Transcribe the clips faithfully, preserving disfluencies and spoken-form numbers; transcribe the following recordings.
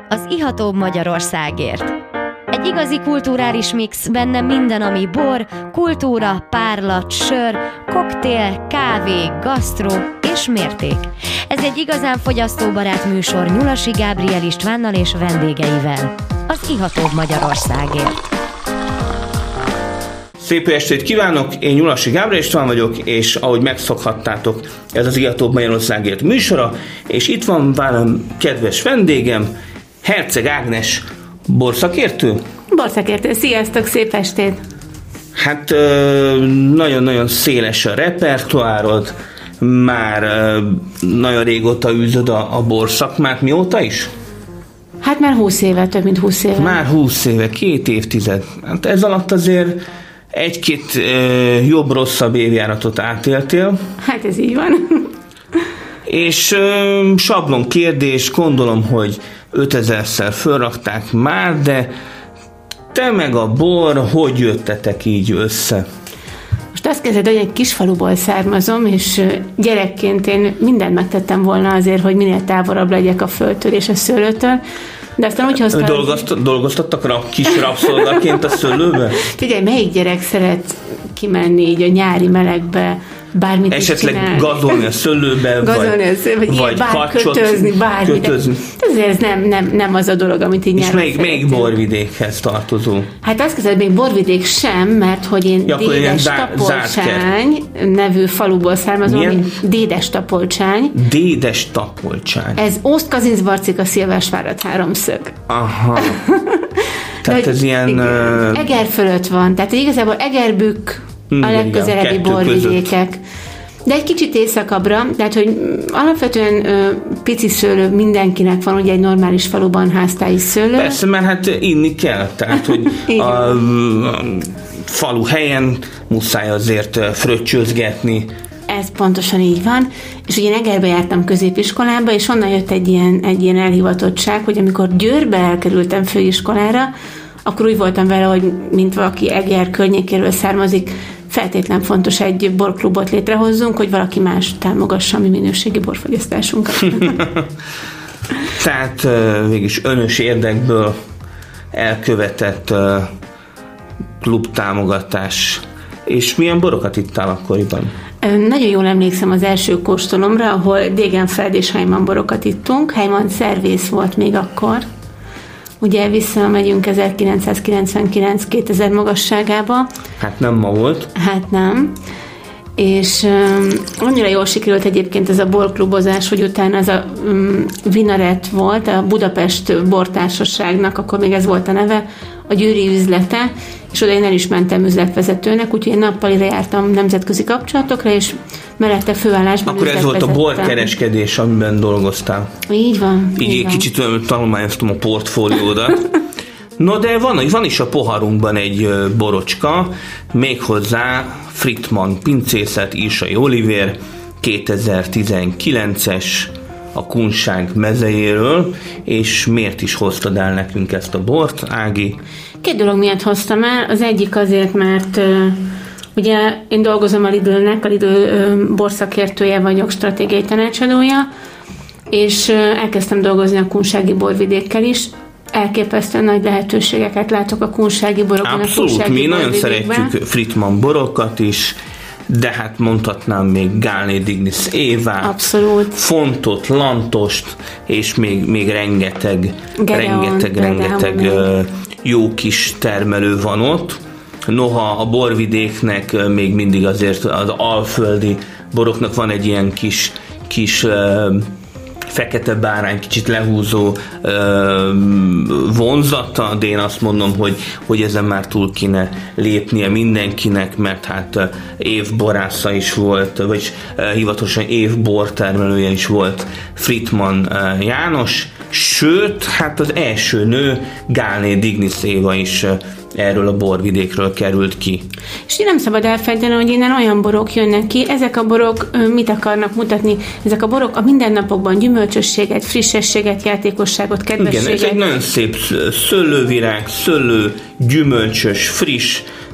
az ihatóbb Magyarországért. Egy igazi kulturális mix, benne minden, ami bor, kultúra, párlat, sör, koktél, kávé, gasztró és mérték. Ez egy igazán fogyasztóbarát műsor Nyulasi Gábriel Istvánnal és vendégeivel. Az ihatóbb Magyarországért. Szép estét kívánok, én Nyulasi Gábriel István vagyok, és ahogy megszokhattátok, ez az ihatóbb Magyarországért műsora, és itt van velem kedves vendégem, Herceg Ágnes, borszakértő. Borszakértő, sziasztok, szép estét! Hát nagyon-nagyon széles a repertoárod, már nagyon régóta űzöd a, a borszakmát, mióta is? Hát már húsz éve, több mint húsz éve. Már húsz éve, két évtized. Hát ez alatt azért egy-két uh, jobb-rosszabb évjáratot átéltél. Hát ez így van. És uh, sablon kérdés, gondolom, hogy ötezerszer fölrakták már, de te meg a bor, hogy jöttetek így össze? Most azt kezded, hogy egy kis faluból származom, és gyerekként én mindent megtettem volna azért, hogy minél távolabb legyek a földtől és a szőlőtől. De aztán úgy hoztam... Dolgozt, dolgoztattak rab, kis rabszolgaként a szőlőbe? Figyelj, melyik gyerek szeret kimenni így a nyári melegbe, bármit esetleg is csinálni? gazolni a szőlőbe, gazolni vagy, a szőlőbe, vagy, vagy bár kötözni, bármit. Kötözni. Ezért ez nem, nem, nem az a dolog, amit így nyáron És melyik borvidékhez tartozó? Hát azt kezdett, még borvidék sem, mert hogy én ja, Dédes-Tapolcsány nevű faluból származom, ami Dédes-Tapolcsány. Dédes-Tapolcsány. Ez Ószd-Kazincbarcika Szilvásvárad háromszög. Aha. Tehát ez ilyen... Igen, uh... Eger fölött van, tehát igazából Egerbükk a legközelebbi borvidékek. Között. De egy kicsit északabbra, tehát hogy alapvetően ö, pici szőlő mindenkinek van, ugye egy normális faluban háztáji szőlő. Persze, mert hát inni kell, tehát hogy a, a falu helyen muszáj azért fröccsözgetni. Ez pontosan így van, és ugye én Egerbe jártam középiskolába, és onnan jött egy ilyen, egy ilyen elhivatottság, hogy amikor Győrbe elkerültem főiskolára, akkor úgy voltam vele, hogy mint valaki Eger környékéről származik, feltétlen fontos egy borklubot létrehozzunk, hogy valaki más támogassa a mi minőségi borfogyasztásunkat. Tehát végülis önös érdekből elkövetett klub támogatás. És milyen borokat ittál akkoriban? Nagyon jól emlékszem az első kóstolomra, ahol Degenfeld és Heimann borokat ittunk. Heimann szervész volt még akkor. Ugye visszamegyünk ezerkilencszázkilencvenkilenc-kétezer magasságába. Hát nem ma volt. Hát nem. És um, annyira jól sikerült egyébként ez a borklubozás, hogy utána ez a um, Vinaret volt, a Budapest bortársaságnak, akkor még ez volt a neve, a győri üzlete, és oda én el is mentem üzletvezetőnek, úgyhogy én nappalira jártam nemzetközi kapcsolatokra, és mellette főállásban akkor ez volt a borkereskedés, amiben dolgoztál. Így van. Így, így egy van. Kicsit tanulmányoztam a portfóliódat. No, de van, van is a poharunkban egy borocska, méghozzá Frittmann pincészet, Irsai Olivér, kétezer-tizenkilences, a Kunság mezejéről, és miért is hoztad el nekünk ezt a bort, Ági? Két dolog miatt hoztam el. Az egyik azért, mert uh, ugye én dolgozom a Lidlnek, a Lidl uh, borszakértője vagyok, stratégiai tanácsadója, és uh, elkezdtem dolgozni a kunsági borvidékkel is. Elképesztően nagy lehetőségeket látok a kunsági borokban. Abszolút, mi nagyon szeretjük Frittmann borokat is, de hát mondhatnám még Gálné Dignis Évát, abszolút. Fontot, Lantost, és még, még rengeteg, Gedeon, rengeteg, Gedeon, rengeteg Gedeon. jó kis termelő van ott. Noha a borvidéknek még mindig azért az alföldi boroknak van egy ilyen kis, kis fekete bárány, kicsit lehúzó ö, vonzata, de én azt mondom, hogy, hogy ezen már túl kéne lépnie mindenkinek, mert hát évborásza is volt, vagy hivatalosan évbortermelője is volt Frittmann János, sőt, hát az első nő, Gálné Dignis Éva is erről a borvidékről került ki. És nem szabad elfelejteni, hogy innen olyan borok jönnek ki, ezek a borok mit akarnak mutatni? Ezek a borok a mindennapokban gyümölcsösséget, frissességet, játékosságot, kedvességet. Igen, ez egy nagyon szép szőlővirág, szőlő, gyümölcsös, friss,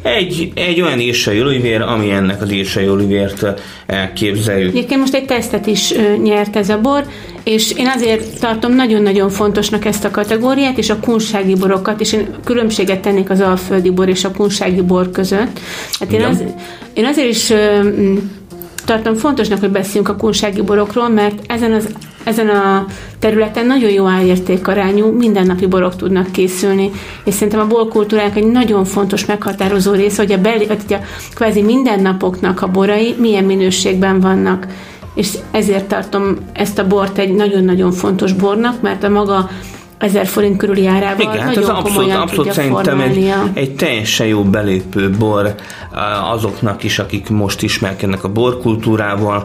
egy, egy olyan írsai olivér, ami ennek az írsai olivért elképzeljük. Egyébként most egy tesztet is nyert ez a bor, és én azért tartom nagyon-nagyon fontosnak ezt a kategóriát, és a kunsági borokat, és én különbséget tennék az alföldi bor és a kunsági bor között. Hát én, az, én azért is tartom fontosnak, hogy beszéljünk a kunsági borokról, mert ezen, az, ezen a területen nagyon jó árértékarányú, mindennapi borok tudnak készülni, és szerintem a borkultúrának egy nagyon fontos meghatározó része, hogy a, beli, hogy a kvázi mindennapoknak a borai milyen minőségben vannak. És ezért tartom ezt a bort egy nagyon-nagyon fontos bornak, mert a maga ezer forint körüli árával igen, nagyon abszolút, komolyan abszolút tudja szerintem egy, formálni. egy teljesen jó belépő bor azoknak is, akik most ismerkednek a borkultúrával.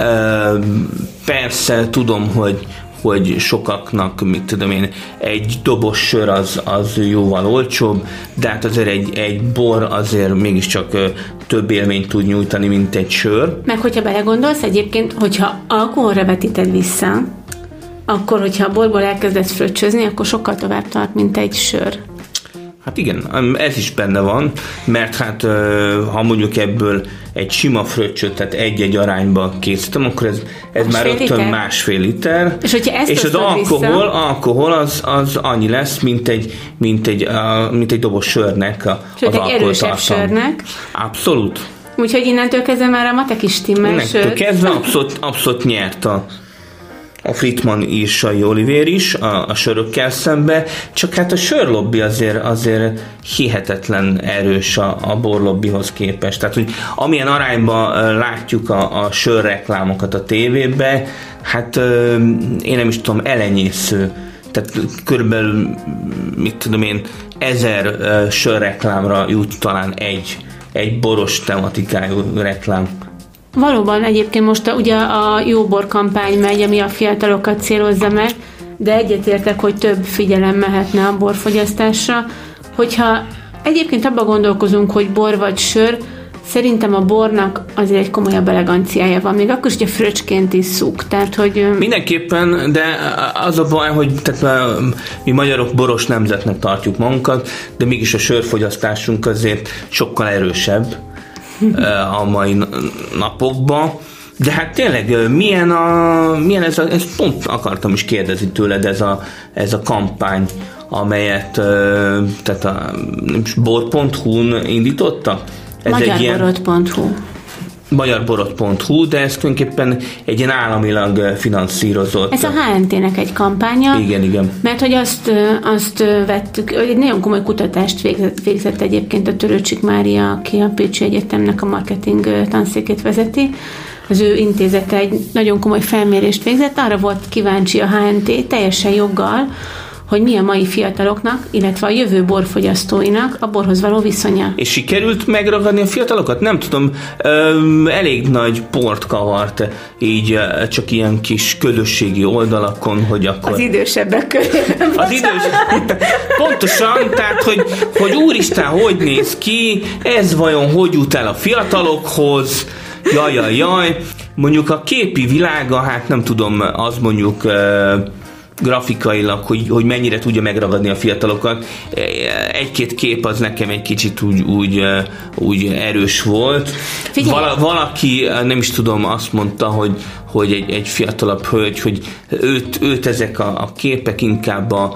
Persze tudom, hogy hogy sokaknak, mit tudom én, egy dobos sör az, az jóval olcsóbb, de hát azért egy, egy bor azért mégiscsak több élményt tud nyújtani, mint egy sör. Meg hogyha belegondolsz, egyébként, hogyha alkoholra vetíted vissza, akkor, hogyha a borból elkezdesz fröccsözni, akkor sokkal tovább tart, mint egy sör. Hát igen, ez is benne van, mert hát ha mondjuk ebből egy sima fröccsöt, tehát egy-egy arányba készítem, akkor ez, ez már rögtön másfél liter. És, hogyha ezt és az alkohol, alkohol az, az annyi lesz, mint egy, mint egy, mint egy dobos sörnek a, sőt, az egy erősebb sörnek. Abszolút. Úgyhogy innentől kezdve már a matek is stimmel. Innentől kezdve abszolút, abszolút nyert a a Friedman írsai olivér is a, a sörökkel szembe, csak hát a sörlobbi azért, azért hihetetlen erős a, a borlobbihoz képest. Tehát, hogy amilyen arányban látjuk a, a sörreklámokat a tévében, hát én nem is tudom, elenyésző. Tehát körülbelül, mit tudom én, ezer sörreklámra jut talán egy, egy boros tematikájú reklám. Valóban egyébként most a, ugye a jóbor kampány megy, ami a fiatalokat célozza meg, de egyetértek, hogy több figyelem mehetne a borfogyasztásra. Hogyha egyébként abban gondolkozunk, hogy bor vagy sör, szerintem a bornak azért egy komolyabb eleganciája van, még akkor is, hogy a fröccsként isszuk. Tehát, hogy... Mindenképpen, de az a baj, hogy tehát mi magyarok boros nemzetnek tartjuk magunkat, de mégis a sörfogyasztásunk azért sokkal erősebb a mai napokban. De hát tényleg, milyen, a, milyen ez a, ezt pont akartam is kérdezni tőled, ez a, ez a kampány, amelyet tehát a bor pont hu-n indítottak? magyarborod pont hu magyarborod pont hu, de ez tulajdonképpen egy ilyen államilag finanszírozott. Ez a há en té-nek egy kampánya. Igen, igen. Mert hogy azt, azt vettük, egy nagyon komoly kutatást végzett, végzett egyébként a Törőcsik Mária, aki a Pécsi Egyetemnek a marketing tanszékét vezeti. Az ő intézete egy nagyon komoly felmérést végzett, arra volt kíváncsi a há en té teljesen joggal, hogy mi a mai fiataloknak, illetve a jövő borfogyasztóinak a borhoz való viszonya. És sikerült megragadni a fiatalokat? Nem tudom, elég nagy port kavart így csak ilyen kis közösségi oldalakon, hogy akkor... Az idősebbek körében. Az idős... Pontosan, tehát, hogy, hogy úristen, hogy néz ki, ez vajon hogy jut el a fiatalokhoz, jaj, jaj, jaj. Mondjuk a képi világa, hát nem tudom, az mondjuk... grafikailag, hogy, hogy mennyire tudja megragadni a fiatalokat. Egy-két kép az nekem egy kicsit úgy, úgy, úgy erős volt. Val- valaki, nem is tudom, azt mondta, hogy, hogy egy, egy fiatalabb hölgy, hogy őt, őt ezek a, a képek inkább a,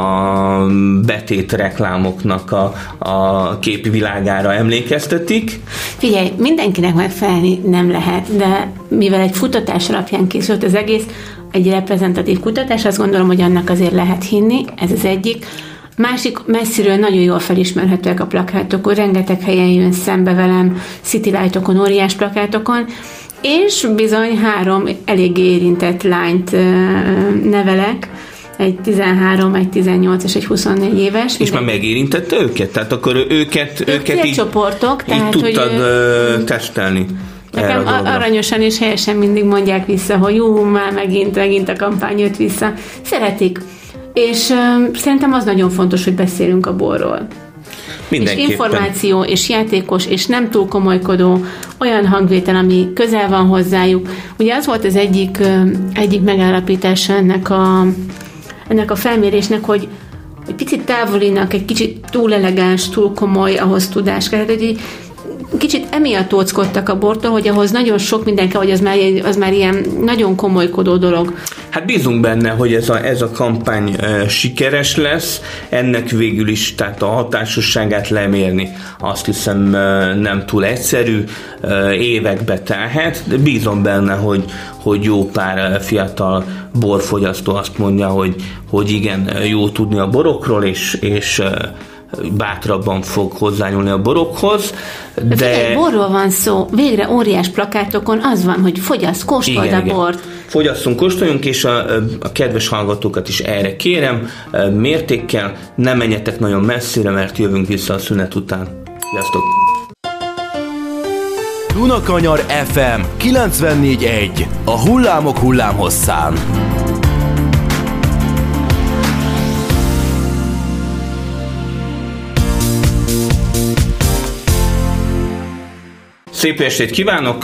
a betét reklámoknak a, a képi világára emlékeztetik. Figyelj, mindenkinek megfelelni nem lehet, de mivel egy futatás alapján készült az egész, egy reprezentatív kutatás, azt gondolom, hogy annak azért lehet hinni, ez az egyik. Másik, messziről nagyon jól felismerhetőek a plakátokon, rengeteg helyen jön szembe velem, City Light-okon, óriás plakátokon, és bizony három eléggé érintett lányt nevelek, egy tizenhárom, egy tizennyolc és egy huszonnégy éves. És már megérintette őket? Tehát akkor őket, ők őket így, csoportok, így tehát, tudtad hogy, tesztelni? Nekem aranyosan és helyesen mindig mondják vissza, hogy jú, már megint, megint a kampány jött vissza. Szeretik. És uh, szerintem az nagyon fontos, hogy beszélünk a borról. És információ, és játékos, és nem túl komolykodó, olyan hangvétel, ami közel van hozzájuk. Ugye az volt az egyik, uh, egyik megállapítása ennek a, ennek a felmérésnek, hogy egy picit távolinak, egy kicsit túl elegáns, túl komoly, ahhoz tudás kell. Tehát, hogy kicsit emiatt óckodtak a bortól, hogy ahhoz nagyon sok minden kell, hogy az már, az már ilyen nagyon komolykodó dolog. Hát bízunk benne, hogy ez a, ez a kampány e, sikeres lesz, ennek végül is, tehát a hatásosságát lemérni azt hiszem e, nem túl egyszerű, e, évekbe telhet, de bízom benne, hogy, hogy jó pár fiatal borfogyasztó azt mondja, hogy, hogy igen, jó tudni a borokról, és, és e, bátrabban fog hozzányúlni a borokhoz. De, de figyelj, borról van szó, végre óriás plakátokon az van, hogy fogyasz, kóstold igen, a bort. Igen. Fogyasszunk, kóstoljunk, és a, a kedves hallgatókat is erre kérem, mértékkel, ne menjetek nagyon messzire, mert jövünk vissza a szünet után. Sziasztok! Dunakanyar ef em kilencvennégy egy, a hullámok hullámhosszán. Szép estét kívánok!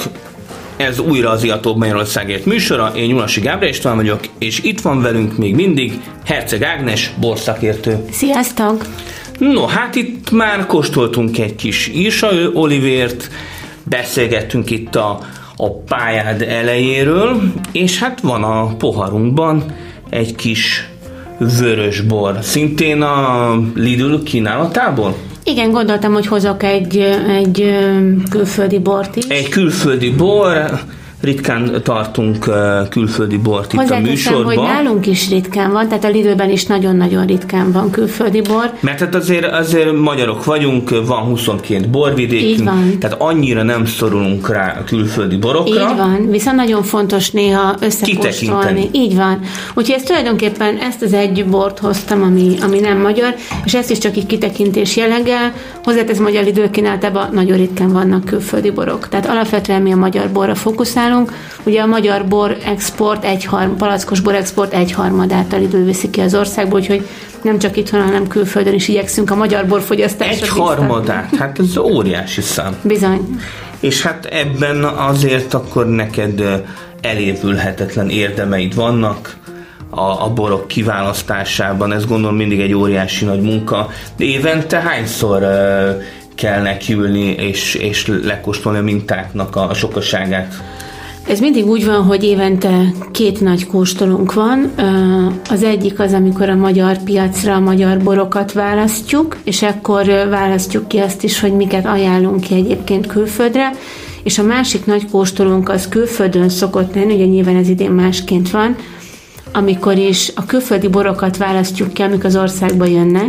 Ez újra az Iatóbb Magyarországért műsora, én Nyulasi Gábor István vagyok, és itt van velünk még mindig Herceg Ágnes, borszakértő. Sziasztok! No, hát itt már kóstoltunk egy kis Irsa olivért, beszélgettünk itt a, a pályád elejéről, és hát van a poharunkban egy kis vörös bor, szintén a Lidl kínálatából. Igen, gondoltam, hogy hozok egy, egy külföldi bort is. Egy külföldi bor, ritkán tartunk külföldi bort itt a műsorban. Hogy nálunk is ritkán van, tehát a Lidlben is nagyon-nagyon ritkán van külföldi bor. Mert hát azért, azért magyarok vagyunk, van huszonkét borvidékünk, tehát annyira nem szorulunk rá a külföldi borokra. Így van, viszont nagyon fontos néha összekóstolni. Így van. Úgyhogy ezt tulajdonképpen ezt az egy bort hoztam, ami, ami nem magyar, és ezt is csak így kitekintés jelleggel. Hozzáteszem, hogy a Lidl kínálatában nagyon ritkán vannak külföldi borok. Tehát alapvetően mi a magyar borra fókuszálunk. Ugye a magyar bor export, egyharm, palackos bor export egyharmadát a Lidl viszi ki az országból, úgyhogy nem csak itthon, hanem külföldön is igyekszünk a magyar borfogyasztásra. Egyharmadát? Hát ez óriási szám. Bizony. És hát ebben azért akkor neked elévülhetetlen érdemeid vannak a, a borok kiválasztásában. Ez gondolom mindig egy óriási nagy munka. De évente hányszor uh, kell nekiülni és, és lekóstolni a mintáknak a, a sokaságát? Ez mindig úgy van, hogy évente két nagy kóstolónk van. Az egyik az, amikor a magyar piacra a magyar borokat választjuk, és akkor választjuk ki azt is, hogy miket ajánlunk ki egyébként külföldre, és a másik nagy kóstolónk az külföldön szokott lenni, ugye nyilván ez idén másként van, amikor is a külföldi borokat választjuk ki, amik az országba jönnek,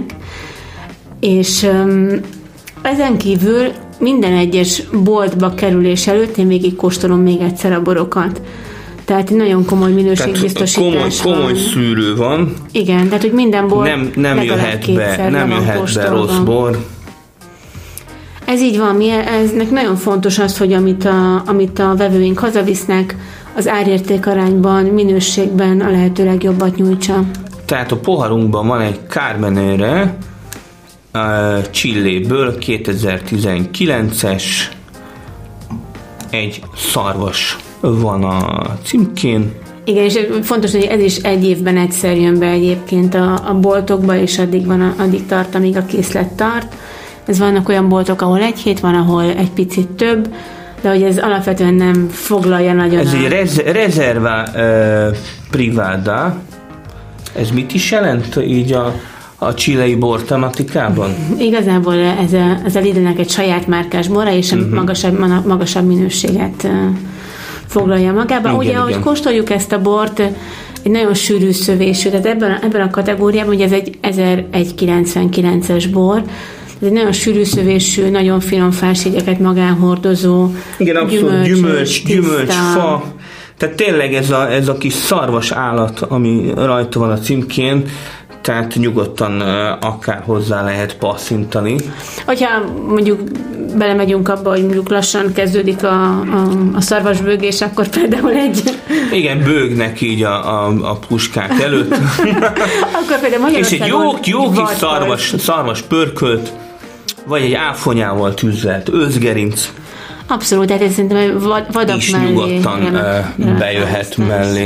és ezen kívül minden egyes boltba kerülés előtt én végig kóstolom még egyszer a borokat. Tehát nagyon komoly minőségbiztosítás komoly, komoly szűrő van. Igen, tehát hogy minden bor nem, nem jöhet be, nem jöhet be rossz bor. Ez így van, mi, eznek nagyon fontos az, hogy amit a, amit a vevőink hazavisznek, az árérték arányban, minőségben a lehető legjobbat nyújtsa. Tehát a poharunkban van egy Carmenere, Chiléből kétezer-tizenkilences, egy szarvas van a címkén. Igen, és fontos, hogy ez is egy évben egyszer jön be egyébként a, a boltokba, és addig, van a, addig tart, amíg a készlet tart. Ez vannak olyan boltok, ahol egy hét van, ahol egy picit több, de hogy ez alapvetően nem foglalja nagyon. Ez a... egy rez- reserva uh, privada. Ez mit is jelent így a a chilei bor tematikában? Igazából ez a, ez a Lidlnek egy saját márkás bora, és uh-huh. magasabb, magasabb minőséget uh, foglalja magába. Igen, ugye, igen. Ahogy kóstoljuk ezt a bort, egy nagyon sűrű szövésű, tehát ebben a, ebben a kategóriában, ugye ez egy ezerszázkilencvenkilences bor, ez egy nagyon sűrű szövésű, nagyon finom fásjegyeket magán hordozó, igen, abszolút gyümölcs, gyümölcs, fa. Tehát tényleg ez a, ez a kis szarvas állat, ami rajta van a címkén, tehát nyugodtan akár hozzá lehet passzintani. Hogyha mondjuk belemegyünk abba, hogy mondjuk lassan kezdődik a, a, a szarvasbőgés, akkor például egy... Igen, bőgnek így a, a, a puskák előtt. Akkor például és egy jó, jó kis szarvas, szarvas pörkölt, vagy egy áfonyával tüzelt őszgerinc. Abszolút, tehát ez szerintem vadak is mellé. nyugodtan remek, bejöhet remek mellé.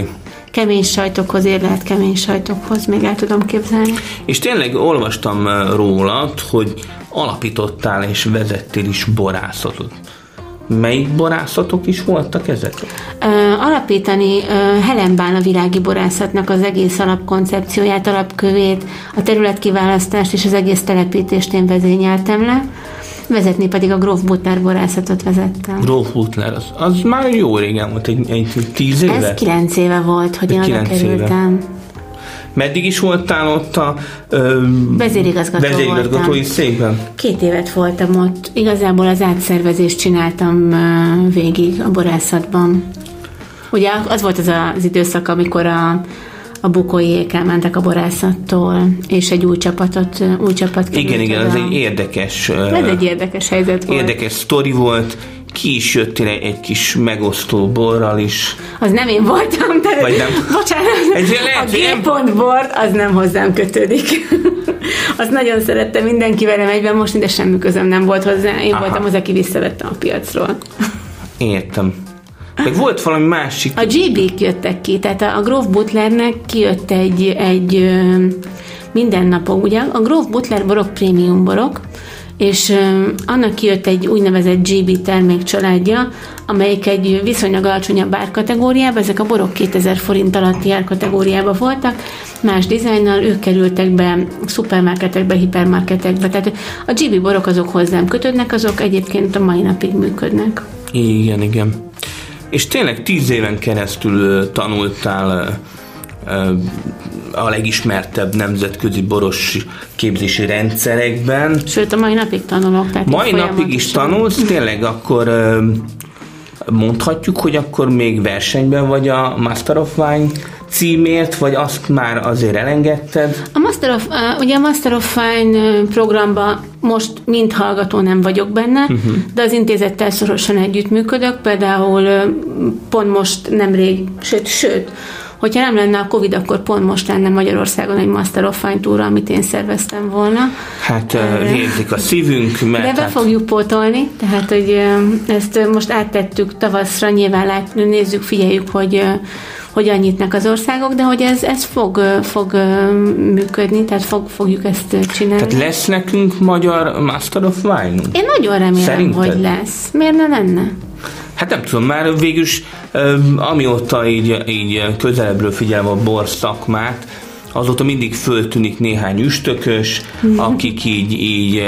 kemény sajtokhoz, érlelt kemény sajtokhoz még el tudom képzelni. És tényleg olvastam rólad, hogy alapítottál és vezettél is borászatot. Melyik borászatok is voltak ezek? Uh, alapítani uh, Helen Bán a virági borászatnak az egész alapkoncepcióját, alapkövét, a területkiválasztást és az egész telepítést én vezényeltem le. Vezetni pedig a Gróf Butler borászatot vezettem. Gróf Butler, az, az már jó régen volt, egy, egy tíz éve? Ez kilenc éve volt, hogy én oda kerültem. Meddig is voltál ott a ö, vezérigazgató vezérigazgatói székben? Két évet voltam ott. Igazából az átszervezést csináltam uh, végig a borászatban. Ugye az volt az az időszak, amikor a a bukóiék elmentek a borászattól, és egy új csapatot, új csapat került. Igen, igen, ez egy érdekes... Ez egy érdekes helyzet volt. Érdekes sztori volt. Ki is jöttél egy, egy kis megosztó borral is. Az nem én voltam, de vagy nem. Bocsánat, lehet, a G-pont bort, az nem hozzám kötődik. Azt nagyon szerettem mindenki velem egyben, most ide semmi közöm nem volt hozzá. Én Aha. voltam az, aki visszavettem a piacról. Értem. Meg volt valami másik... A gé bé-k jöttek ki, tehát a Gróf Butlernek kijött egy, egy mindennapok, ugye a Gróf Butler borok prémium borok, és annak kijött egy úgynevezett gé bé termékcsaládja, amelyik egy viszonylag alacsonyabb árkategóriában, ezek a borok kétezer forint alatti árkategóriában voltak, más dizájnnal, ők kerültek be szupermarketekbe, hipermarketekbe, tehát a gé bé borok azok hozzám kötődnek, azok egyébként a mai napig működnek. Igen, igen. És tényleg tíz éven keresztül tanultál a legismertebb nemzetközi boros képzési rendszerekben. Sőt, a mai napig tanulok. Tehát mai napig is tanulsz, tényleg akkor mondhatjuk, hogy akkor még versenyben vagy a Master of Wine címért, vagy azt már azért elengedted? A Master of, ugye a Master of Wine programban most mind hallgató nem vagyok benne, uh-huh. de az intézettel szorosan együttműködök, például pont most nemrég, sőt, sőt, hogyha nem lenne a Covid, akkor pont most lenne Magyarországon egy Master of Wine túra, amit én szerveztem volna. Hát vérzik a szívünk, mert... De be hát... fogjuk pótolni, tehát hogy ezt most áttettük tavaszra, nyilván lát, nézzük, figyeljük, hogy hogyan nyitnak az országok, de hogy ez, ez fog, fog működni, tehát fog, fogjuk ezt csinálni. Tehát lesz nekünk magyar Master of Wine? Én nagyon remélem, Szerinted? hogy lesz. Miért ne lenne? Hát nem tudom, már végülis amióta így, így közelebbről figyelve a bor szakmát, azóta mindig föltűnik néhány üstökös, mm. akik így, így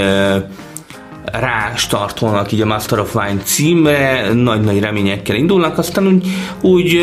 rástartolnak így a Master of Wine címre, nagy-nagy reményekkel indulnak, aztán úgy, úgy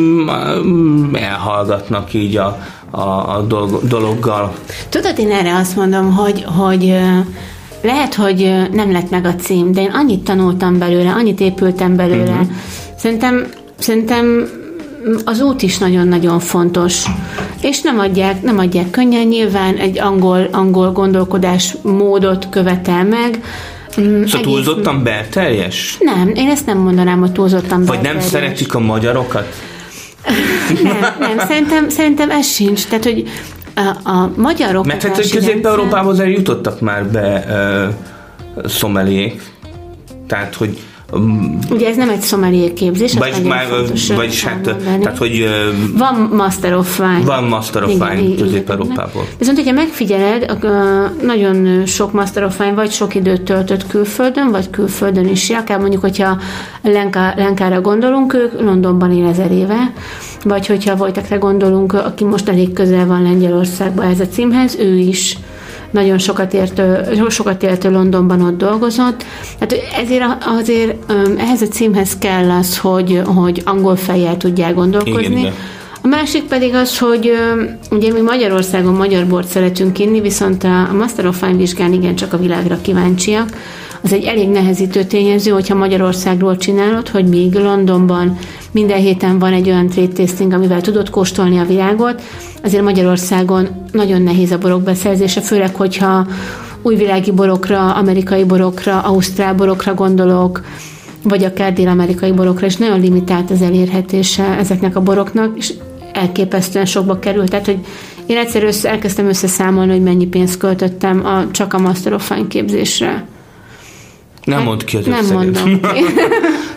elhallgatnak így a, a, a dolog, dologgal. Tudod, én erre azt mondom, hogy, hogy lehet, hogy nem lett meg a cím, de én annyit tanultam belőle, annyit épültem belőle. Uh-huh. Szerintem, szerintem az út is nagyon-nagyon fontos. És nem adják, nem adják könnyen, nyilván egy angol, angol gondolkodásmódot követel meg. Szóval egész... túlzottan belterjes? Nem, én ezt nem mondanám, hogy túlzottan belterjes. Vagy nem szeretik a magyarokat? nem, nem, szerintem, szerintem ez sincs. Tehát, hogy a, a magyar oktatási Mert hát Közép-Európába azért jutottak már be uh, szomeliék. Tehát, hogy Um, Ugye ez nem egy sommelier képzés, vagy, már, vagy hát, tehát, hogy uh, van Master of Wine. Van Master of Wine Közép-Európából. Viszont, hogyha megfigyeled, nagyon sok Master of Wine vagy sok időt töltött külföldön, vagy külföldön is. Akár mondjuk, hogyha Lenka, Lenkára gondolunk, ők Londonban él ezer éve, vagy hogyha Wojtekre gondolunk, aki most elég közel van Lengyelországban ez a címhez, ő is nagyon sokat ért, sokat élt Londonban, ott dolgozott. Hát ezért azért ehhez a címhez kell az, hogy, hogy angol fejjel tudják gondolkozni. Igen, igen. A másik pedig az, hogy ugye mi Magyarországon magyar bort szeretünk inni, viszont a Master of Wine vizsgán igencsak a világra kíváncsiak. Az egy elég nehezítő tényező, hogyha Magyarországról csinálod, hogy míg Londonban minden héten van egy olyan trade tasting, amivel tudod kóstolni a világot, azért Magyarországon nagyon nehéz a borok beszerzése, főleg, hogyha újvilági borokra, amerikai borokra, ausztrál borokra gondolok, vagy akár dél-amerikai borokra, és nagyon limitált az elérhetése ezeknek a boroknak, és elképesztően sokba került. Tehát, hogy én egyszer össze, elkezdtem összeszámolni, hogy mennyi pénzt költöttem a, csak a Master of Wine képzésre. Nem mondd ki az Nem összeget. mondom ki.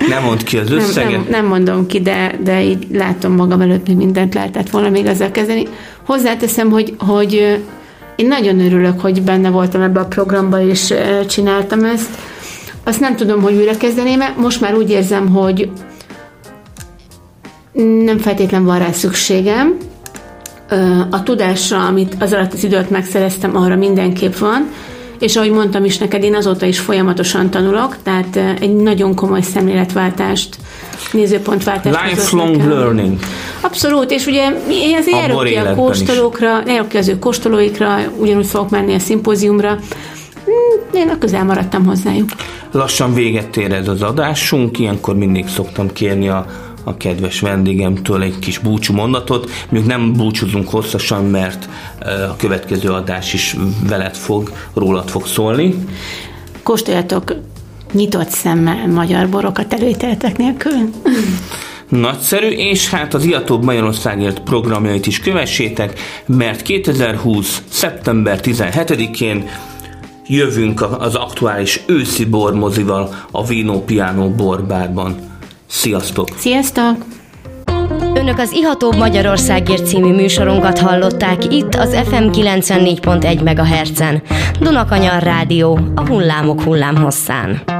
Nem mondd ki az összeget. Nem, nem, nem mondom ki, de, de így látom magam előtt, hogy mindent lehetett volna még ezzel kezdeni. Hozzáteszem, hogy, hogy én nagyon örülök, hogy benne voltam ebbe a programba, és csináltam ezt. Azt nem tudom, hogy újra kezdeném, most már úgy érzem, hogy nem feltétlen van rá szükségem. A tudásra, amit az alatt az időt megszereztem, arra mindenképp van, és ahogy mondtam is neked, én azóta is folyamatosan tanulok, tehát egy nagyon komoly szemléletváltást, nézőpontváltást. Lifelong learning. Abszolút, és ugye én azért járok ki a kóstolókra, járok ki az ő kóstolóikra, ugyanúgy fogok menni a szimpóziumra. Én a közel maradtam hozzájuk. Lassan véget ér ez az adásunk, ilyenkor mindig szoktam kérni a a kedves vendégemtől egy kis búcsú mondatot. Mondjuk nem búcsúzunk hosszasan, mert a következő adás is veled fog, rólad fog szólni. Kóstoljatok nyitott szemmel magyar borokat előítéletek nélkül. Nagyszerű, és hát az Iatóbb Magyarországért programjait is kövessétek, mert kétezer-húsz. szeptember tizenhetedikén jövünk az aktuális őszi bormozival a Vino Piano borbárban. Sziasztok! Sziasztok! Önök az Ihatóbb Magyarországért című műsorunkat hallották itt az ef em kilencvennégy pont egy megahertzen. Dunakanyar Rádió, a hullámok hullámhosszán.